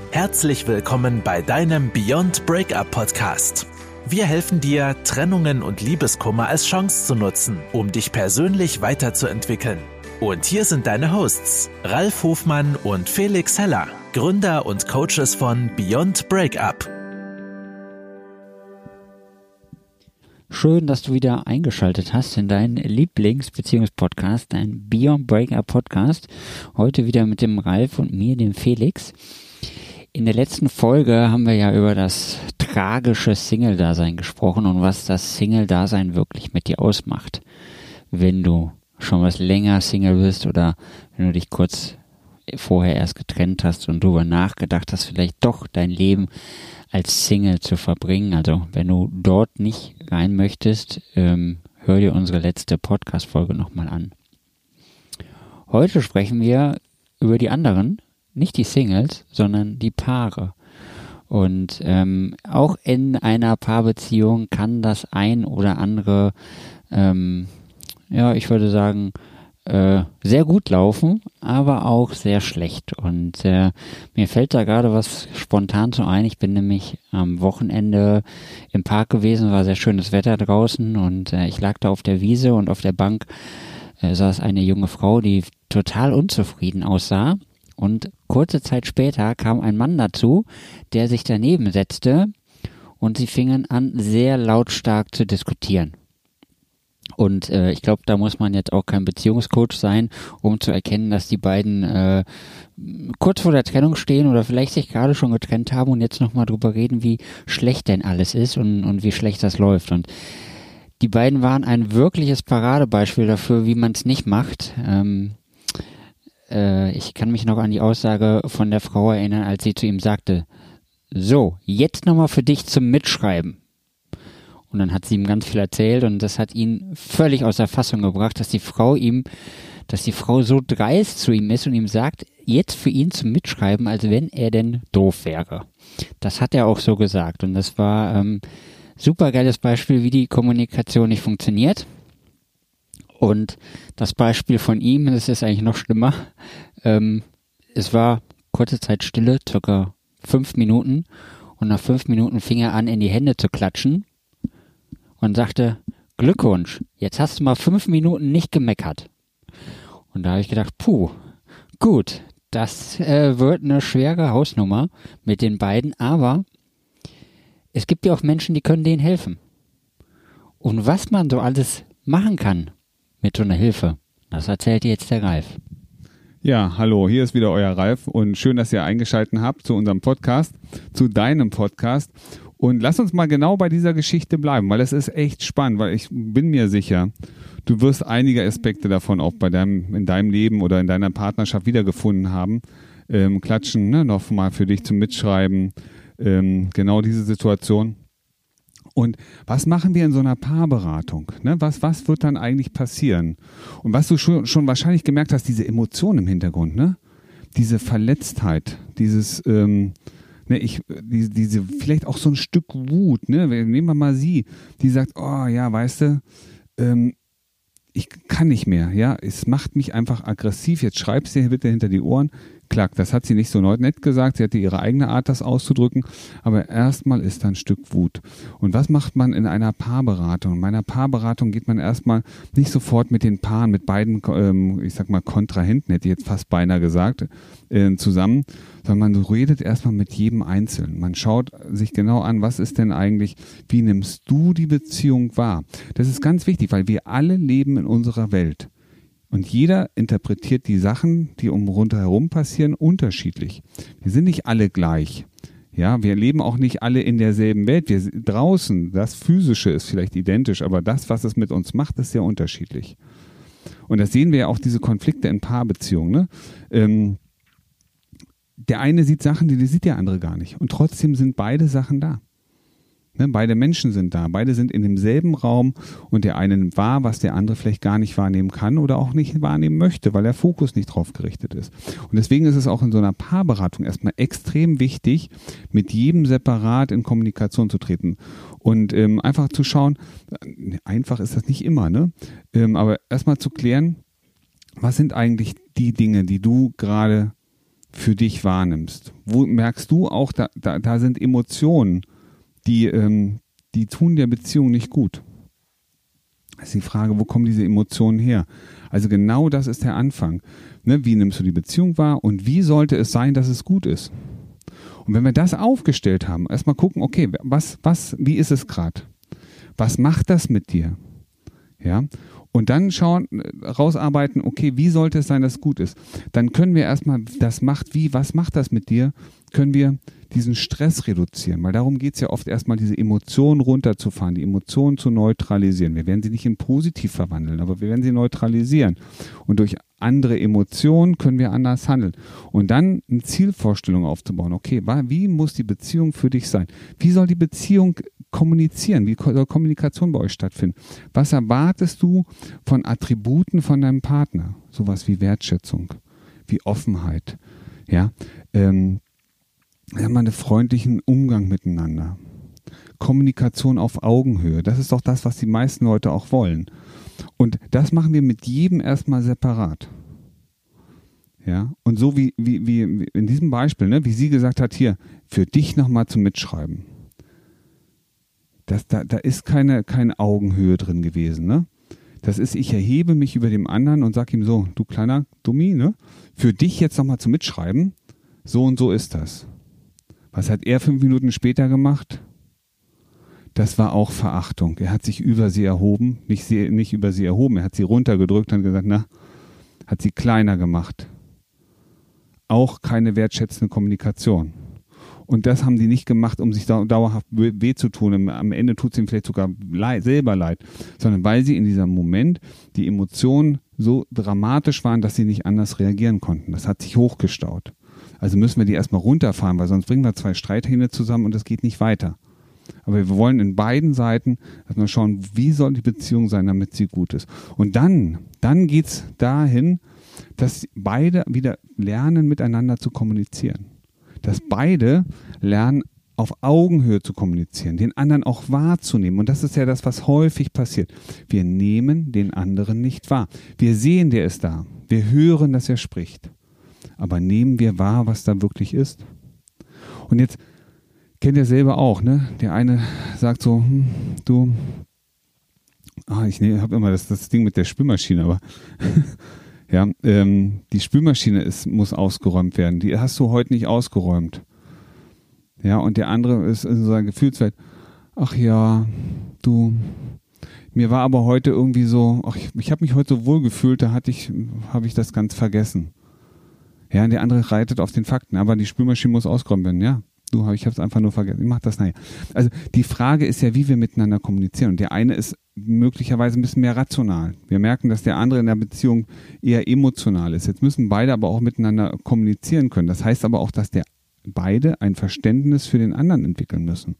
Herzlich willkommen bei deinem Beyond Breakup Podcast. Wir helfen dir, Trennungen und Liebeskummer als Chance zu nutzen, um dich persönlich weiterzuentwickeln. Und hier sind deine Hosts, Ralf Hofmann und Felix Heller, Gründer und Coaches von Beyond Breakup. Schön, dass du wieder eingeschaltet hast in deinen Lieblings-Beziehungspodcast, dein Beyond Breakup Podcast. Heute wieder mit dem Ralf und mir, dem Felix. In der letzten Folge haben wir ja über das tragische Single-Dasein gesprochen und was das Single-Dasein wirklich mit dir ausmacht. Wenn du schon was länger Single bist oder wenn du dich kurz vorher erst getrennt hast und darüber nachgedacht hast, vielleicht doch dein Leben als Single zu verbringen. Also wenn du dort nicht rein möchtest, hör dir unsere letzte Podcast-Folge nochmal an. Heute sprechen wir über die anderen, nicht die Singles, sondern die Paare. Und auch in einer Paarbeziehung kann das ein oder andere, ich würde sagen, sehr gut laufen, aber auch sehr schlecht. Und mir fällt da gerade was spontan so ein. Ich bin nämlich am Wochenende im Park gewesen, war sehr schönes Wetter draußen und ich lag da auf der Wiese und auf der Bank saß eine junge Frau, die total unzufrieden aussah. Und kurze Zeit später kam ein Mann dazu, der sich daneben setzte und sie fingen an, sehr lautstark zu diskutieren. Und ich glaube, da muss man jetzt auch kein Beziehungscoach sein, um zu erkennen, dass die beiden kurz vor der Trennung stehen oder vielleicht sich gerade schon getrennt haben und jetzt nochmal drüber reden, wie schlecht denn alles ist und wie schlecht das läuft. Und die beiden waren ein wirkliches Paradebeispiel dafür, wie man es nicht macht. Ich kann mich noch an die Aussage von der Frau erinnern, als sie zu ihm sagte, so, jetzt nochmal für dich zum Mitschreiben. Und dann hat sie ihm ganz viel erzählt und das hat ihn völlig aus der Fassung gebracht, dass die Frau so dreist zu ihm ist und ihm sagt, jetzt für ihn zum Mitschreiben, als wenn er denn doof wäre. Das hat er auch so gesagt und das war super geiles Beispiel, wie die Kommunikation nicht funktioniert. Und das Beispiel von ihm, das ist eigentlich noch schlimmer. Es war kurze Zeit Stille, circa 5 Minuten und nach 5 Minuten fing er an, in die Hände zu klatschen und sagte, Glückwunsch, jetzt hast du mal 5 Minuten nicht gemeckert. Und da habe ich gedacht, gut, das wird eine schwere Hausnummer mit den beiden, aber es gibt ja auch Menschen, die können denen helfen. Und was man so alles machen kann mit so einer Hilfe, das erzählt dir jetzt der Ralf. Ja, hallo, hier ist wieder euer Ralf und schön, dass ihr eingeschaltet habt zu unserem Podcast, zu deinem Podcast. Und lass uns mal genau bei dieser Geschichte bleiben, weil es ist echt spannend, weil ich bin mir sicher, du wirst einige Aspekte davon auch in deinem Leben oder in deiner Partnerschaft wiedergefunden haben. Klatschen, ne, nochmal für dich zum Mitschreiben, genau diese Situation. Und was machen wir in so einer Paarberatung? Ne? Was wird dann eigentlich passieren? Und was du schon wahrscheinlich gemerkt hast, diese Emotion im Hintergrund, ne? Diese Verletztheit, dieses diese vielleicht auch so ein Stück Wut, ne? Nehmen wir mal sie, die sagt, oh ja, weißt du, ich kann nicht mehr, ja, es macht mich einfach aggressiv, jetzt schreib's dir bitte hinter die Ohren. Klack, das hat sie nicht so nett gesagt, sie hatte ihre eigene Art, das auszudrücken, aber erstmal ist da ein Stück Wut. Und was macht man in einer Paarberatung? In meiner Paarberatung geht man erstmal nicht sofort mit den Paaren, mit beiden, Kontrahenten, hätte ich jetzt fast beinahe gesagt, zusammen, sondern man redet erstmal mit jedem Einzelnen. Man schaut sich genau an, was ist denn eigentlich, wie nimmst du die Beziehung wahr? Das ist ganz wichtig, weil wir alle leben in unserer Welt. Und jeder interpretiert die Sachen, die rundherum passieren, unterschiedlich. Wir sind nicht alle gleich. Ja, wir leben auch nicht alle in derselben Welt. Wir draußen, das Physische ist vielleicht identisch, aber das, was es mit uns macht, ist sehr unterschiedlich. Und das sehen wir ja auch, diese Konflikte in Paarbeziehungen. Ne? Der eine sieht Sachen, die sieht der andere gar nicht. Und trotzdem sind beide Sachen da. Ne, beide Menschen sind da, beide sind in demselben Raum und der eine nimmt wahr, was der andere vielleicht gar nicht wahrnehmen kann oder auch nicht wahrnehmen möchte, weil der Fokus nicht drauf gerichtet ist. Und deswegen ist es auch in so einer Paarberatung erstmal extrem wichtig, mit jedem separat in Kommunikation zu treten und einfach zu schauen, einfach ist das nicht immer, ne? Aber erstmal zu klären, was sind eigentlich die Dinge, die du gerade für dich wahrnimmst? Wo merkst du auch, da sind Emotionen, die tun der Beziehung nicht gut? Das ist die Frage, wo kommen diese Emotionen her? Also genau das ist der Anfang. Ne? Wie nimmst du die Beziehung wahr und wie sollte es sein, dass es gut ist? Und wenn wir das aufgestellt haben, erstmal gucken, okay, wie ist es gerade? Was macht das mit dir? Ja? Und dann rausarbeiten, okay, wie sollte es sein, dass es gut ist? Dann können wir erstmal, was macht das mit dir? Können wir diesen Stress reduzieren, weil darum geht es ja oft erstmal, diese Emotionen runterzufahren, die Emotionen zu neutralisieren. Wir werden sie nicht in positiv verwandeln, aber wir werden sie neutralisieren. Und durch andere Emotionen können wir anders handeln. Und dann eine Zielvorstellung aufzubauen. Okay, wie muss die Beziehung für dich sein? Wie soll die Beziehung kommunizieren? Wie soll Kommunikation bei euch stattfinden? Was erwartest du von Attributen von deinem Partner? Sowas wie Wertschätzung, wie Offenheit, ja, einen freundlichen Umgang miteinander. Kommunikation auf Augenhöhe. Das ist doch das, was die meisten Leute auch wollen. Und das machen wir mit jedem erstmal separat. Ja, und so wie in diesem Beispiel, ne, wie sie gesagt hat, hier, für dich nochmal zum Mitschreiben. Da ist keine Augenhöhe drin gewesen, ne? Das ist, ich erhebe mich über dem anderen und sage ihm so, du kleiner Dummi, ne? Für dich jetzt nochmal zum Mitschreiben, so und so ist das. Was hat er 5 Minuten später gemacht? Das war auch Verachtung. Er hat sich über sie erhoben, nicht über sie erhoben, er hat sie runtergedrückt und gesagt, hat sie kleiner gemacht. Auch keine wertschätzende Kommunikation. Und das haben die nicht gemacht, um sich dauerhaft weh zu tun. Am Ende tut es ihm vielleicht sogar selber leid, sondern weil sie in diesem Moment die Emotionen so dramatisch waren, dass sie nicht anders reagieren konnten. Das hat sich hochgestaut. Also müssen wir die erstmal runterfahren, weil sonst bringen wir 2 Streithähne zusammen und das geht nicht weiter. Aber wir wollen in beiden Seiten erstmal schauen, wie soll die Beziehung sein, damit sie gut ist. Und dann geht es dahin, dass beide wieder lernen, miteinander zu kommunizieren. Dass beide lernen, auf Augenhöhe zu kommunizieren, den anderen auch wahrzunehmen. Und das ist ja das, was häufig passiert. Wir nehmen den anderen nicht wahr. Wir sehen, der ist da. Wir hören, dass er spricht. Aber nehmen wir wahr, was da wirklich ist? Und jetzt kennt ihr selber auch, ne? Der eine sagt so, ich habe immer das Ding mit der Spülmaschine, aber ja, die Spülmaschine muss ausgeräumt werden. Die hast du heute nicht ausgeräumt. Ja, und der andere ist in seiner Gefühlswelt, ach ja, mir war aber heute irgendwie so, ich habe mich heute so wohl gefühlt, habe ich das ganz vergessen. Ja, und der andere reitet auf den Fakten, aber die Spülmaschine muss ausgeräumt werden. Ja, ich habe es einfach nur vergessen. Ich mache das nachher. Also die Frage ist ja, wie wir miteinander kommunizieren. Und der eine ist möglicherweise ein bisschen mehr rational. Wir merken, dass der andere in der Beziehung eher emotional ist. Jetzt müssen beide aber auch miteinander kommunizieren können. Das heißt aber auch, dass beide ein Verständnis für den anderen entwickeln müssen.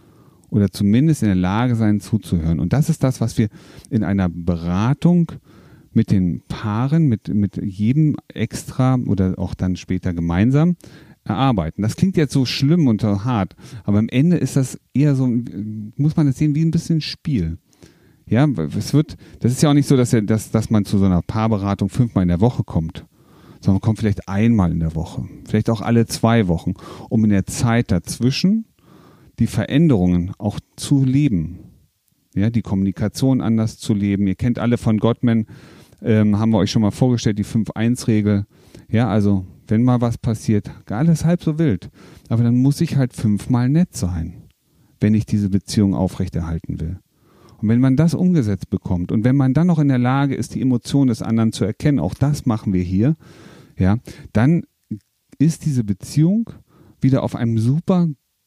Oder zumindest in der Lage sein, zuzuhören. Und das ist das, was wir in einer Beratung mit den Paaren, mit jedem extra oder auch dann später gemeinsam erarbeiten. Das klingt jetzt so schlimm und so hart, aber am Ende ist das eher so, muss man das sehen, wie ein bisschen Spiel. Ja, das ist ja auch nicht so, dass man zu so einer Paarberatung 5-mal in der Woche kommt, sondern man kommt vielleicht einmal in der Woche, vielleicht auch alle 2 Wochen, um in der Zeit dazwischen die Veränderungen auch zu leben. Ja, die Kommunikation anders zu leben. Ihr kennt alle von Gottman, haben wir euch schon mal vorgestellt, die 5-1-Regel. Ja, also wenn mal was passiert, alles halb so wild. Aber dann muss ich halt 5-mal nett sein, wenn ich diese Beziehung aufrechterhalten will. Und wenn man das umgesetzt bekommt und wenn man dann noch in der Lage ist, die Emotionen des anderen zu erkennen, auch das machen wir hier, ja, dann ist diese Beziehung wieder auf einem super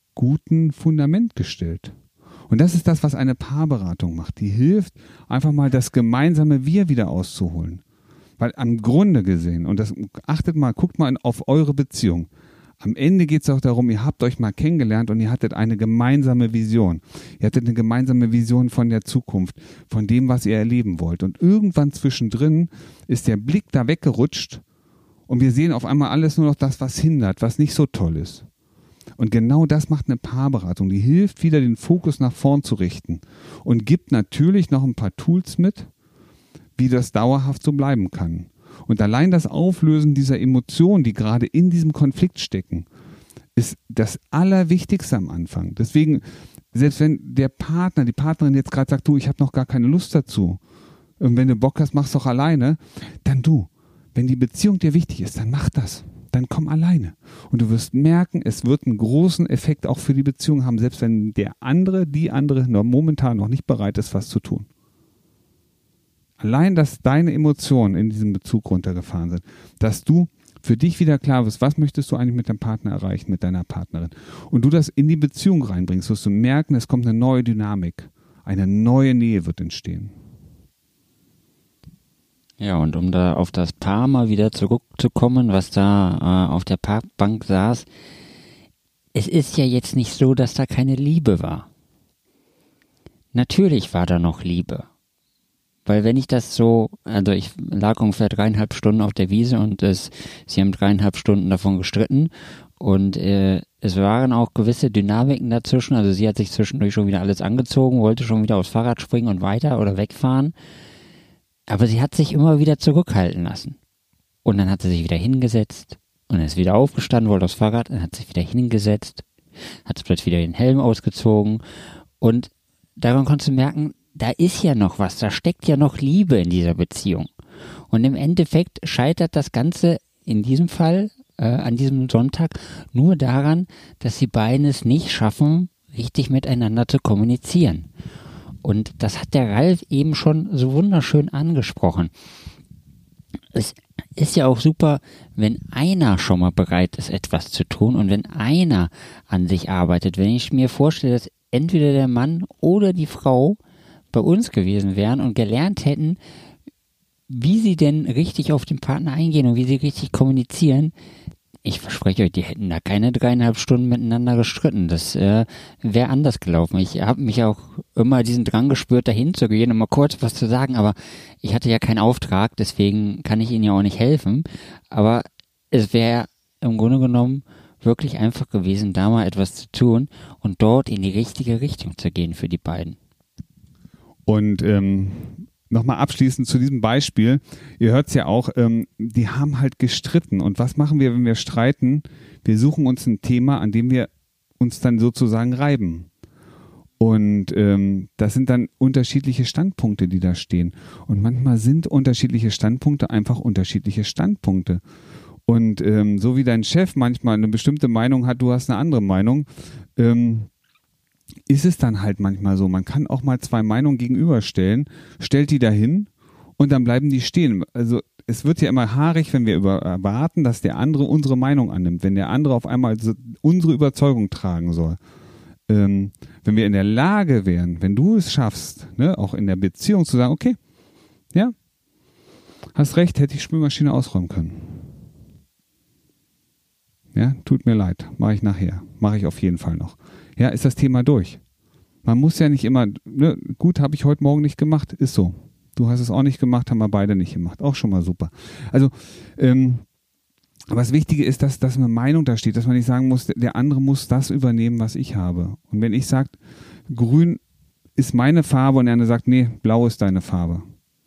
guten Fundament gestellt. Und das ist das, was eine Paarberatung macht. Die hilft, einfach mal das gemeinsame Wir wieder auszuholen. Weil am Grunde gesehen, und das guckt mal auf eure Beziehung. Am Ende geht es auch darum, ihr habt euch mal kennengelernt und ihr hattet eine gemeinsame Vision. Ihr hattet eine gemeinsame Vision von der Zukunft, von dem, was ihr erleben wollt. Und irgendwann zwischendrin ist der Blick da weggerutscht und wir sehen auf einmal alles nur noch das, was hindert, was nicht so toll ist. Und genau das macht eine Paarberatung. Die hilft wieder, den Fokus nach vorn zu richten und gibt natürlich noch ein paar Tools mit, wie das dauerhaft so bleiben kann. Und allein das Auflösen dieser Emotionen, die gerade in diesem Konflikt stecken, ist das Allerwichtigste am Anfang. Deswegen, selbst wenn der Partner, die Partnerin jetzt gerade sagt, du, ich habe noch gar keine Lust dazu, und wenn du Bock hast, mach's doch alleine, dann du. Wenn die Beziehung dir wichtig ist, dann mach das. Dann komm alleine. Und du wirst merken, es wird einen großen Effekt auch für die Beziehung haben, selbst wenn die andere momentan noch nicht bereit ist, was zu tun. Allein, dass deine Emotionen in diesem Bezug runtergefahren sind, dass du für dich wieder klar wirst, was möchtest du eigentlich mit deinem Partner erreichen, mit deiner Partnerin, und du das in die Beziehung reinbringst, wirst du merken, es kommt eine neue Dynamik, eine neue Nähe wird entstehen. Ja, und um da auf das Paar mal wieder zurückzukommen, was da auf der Parkbank saß, es ist ja jetzt nicht so, dass da keine Liebe war. Natürlich war da noch Liebe. Weil wenn ich das so, also ich lag ungefähr 3,5 Stunden auf der Wiese und sie haben 3,5 Stunden davon gestritten und es waren auch gewisse Dynamiken dazwischen, also sie hat sich zwischendurch schon wieder alles angezogen, wollte schon wieder aufs Fahrrad springen und weiter oder wegfahren. Aber sie hat sich immer wieder zurückhalten lassen. Und dann hat sie sich wieder hingesetzt und ist wieder aufgestanden, wollte aufs Fahrrad, dann hat sich wieder hingesetzt, hat plötzlich wieder den Helm ausgezogen. Und daran konntest du merken, da ist ja noch was, da steckt ja noch Liebe in dieser Beziehung. Und im Endeffekt scheitert das Ganze in diesem Fall, an diesem Sonntag, nur daran, dass die beiden es nicht schaffen, richtig miteinander zu kommunizieren. Und das hat der Ralf eben schon so wunderschön angesprochen. Es ist ja auch super, wenn einer schon mal bereit ist, etwas zu tun und wenn einer an sich arbeitet. Wenn ich mir vorstelle, dass entweder der Mann oder die Frau bei uns gewesen wären und gelernt hätten, wie sie denn richtig auf den Partner eingehen und wie sie richtig kommunizieren, ich verspreche euch, die hätten da keine 3,5 Stunden miteinander gestritten. Das wäre anders gelaufen. Ich habe mich auch immer diesen Drang gespürt, dahin zu gehen und mal kurz was zu sagen, aber ich hatte ja keinen Auftrag, deswegen kann ich ihnen ja auch nicht helfen. Aber es wäre im Grunde genommen wirklich einfach gewesen, da mal etwas zu tun und dort in die richtige Richtung zu gehen für die beiden. Und nochmal abschließend zu diesem Beispiel, ihr hört es ja auch, die haben halt gestritten. Und was machen wir, wenn wir streiten? Wir suchen uns ein Thema, an dem wir uns dann sozusagen reiben. Und das sind dann unterschiedliche Standpunkte, die da stehen. Und manchmal sind unterschiedliche Standpunkte einfach unterschiedliche Standpunkte. Und so wie dein Chef manchmal eine bestimmte Meinung hat, du hast eine andere Meinung, ist es dann halt manchmal so. Man kann auch mal zwei Meinungen gegenüberstellen, stellt die dahin und dann bleiben die stehen. Also es wird ja immer haarig, wenn wir erwarten, dass der andere unsere Meinung annimmt, wenn der andere auf einmal unsere Überzeugung tragen soll. Wenn wir in der Lage wären, wenn du es schaffst, ne, auch in der Beziehung zu sagen, okay, ja, hast recht, hätte ich Spülmaschine ausräumen können. Ja, tut mir leid, mache ich nachher, mache ich auf jeden Fall noch. Ja, ist das Thema durch. Man muss ja nicht immer, ne, gut, habe ich heute Morgen nicht gemacht, ist so. Du hast es auch nicht gemacht, haben wir beide nicht gemacht, auch schon mal super. Also, aber das Wichtige ist, dass eine Meinung da steht, dass man nicht sagen muss, der andere muss das übernehmen, was ich habe. Und wenn ich sage, grün ist meine Farbe und der andere sagt, nee, blau ist deine Farbe.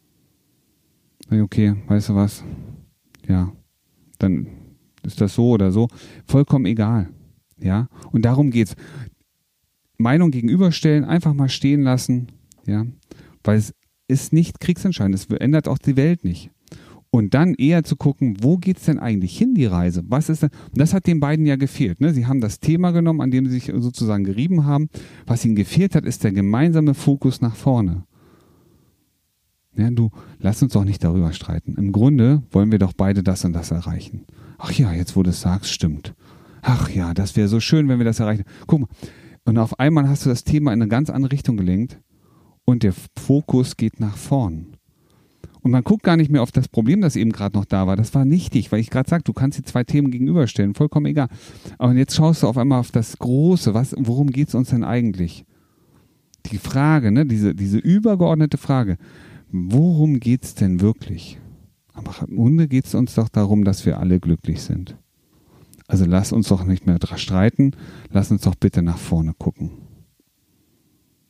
Okay, weißt du was? Ja, dann ist das so oder so. Vollkommen egal. Ja, und darum geht's. Meinung gegenüberstellen, einfach mal stehen lassen, ja, weil es ist nicht kriegsentscheidend, es ändert auch die Welt nicht. Und dann eher zu gucken, wo geht's denn eigentlich hin, die Reise? Was ist denn? Und das hat den beiden ja gefehlt. Ne? Sie haben das Thema genommen, an dem sie sich sozusagen gerieben haben. Was ihnen gefehlt hat, ist der gemeinsame Fokus nach vorne. Ja, du, lass uns doch nicht darüber streiten. Im Grunde wollen wir doch beide das und das erreichen. Ach ja, jetzt wo du es sagst, stimmt. Ach ja, das wäre so schön, wenn wir das erreichen. Guck mal, und auf einmal hast du das Thema in eine ganz andere Richtung gelenkt und der Fokus geht nach vorn. Und man guckt gar nicht mehr auf das Problem, das eben gerade noch da war. Das war nichtig, weil ich gerade sagte, du kannst die zwei Themen gegenüberstellen, vollkommen egal. Aber jetzt schaust du auf einmal auf das Große. Worum geht es uns denn eigentlich? Die Frage, ne, diese übergeordnete Frage, worum geht es denn wirklich? Aber im Grunde geht es uns doch darum, dass wir alle glücklich sind. Also lass uns doch nicht mehr streiten, lass uns doch bitte nach vorne gucken.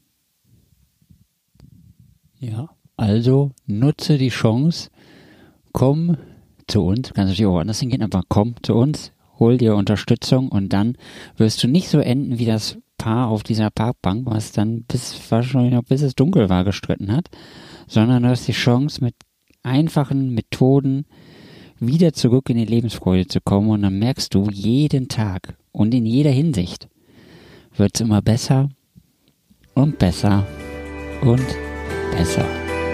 Ja, also nutze die Chance, komm zu uns, kannst natürlich auch woanders hingehen, aber komm zu uns, hol dir Unterstützung und dann wirst du nicht so enden wie das Paar auf dieser Parkbank, was dann wahrscheinlich noch bis es dunkel war gestritten hat, sondern du hast die Chance, mit einfachen Methoden wieder zurück in die Lebensfreude zu kommen und dann merkst du, jeden Tag und in jeder Hinsicht wird es immer besser und besser und besser.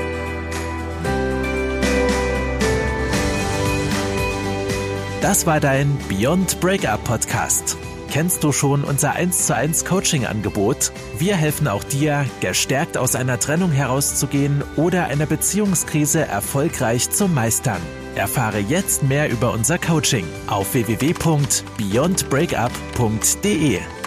Das war dein Beyond Breakup Podcast. Kennst du schon unser 1:1 Coaching-Angebot? Wir helfen auch dir, gestärkt aus einer Trennung herauszugehen oder eine Beziehungskrise erfolgreich zu meistern. Erfahre jetzt mehr über unser Coaching auf www.beyondbreakup.de.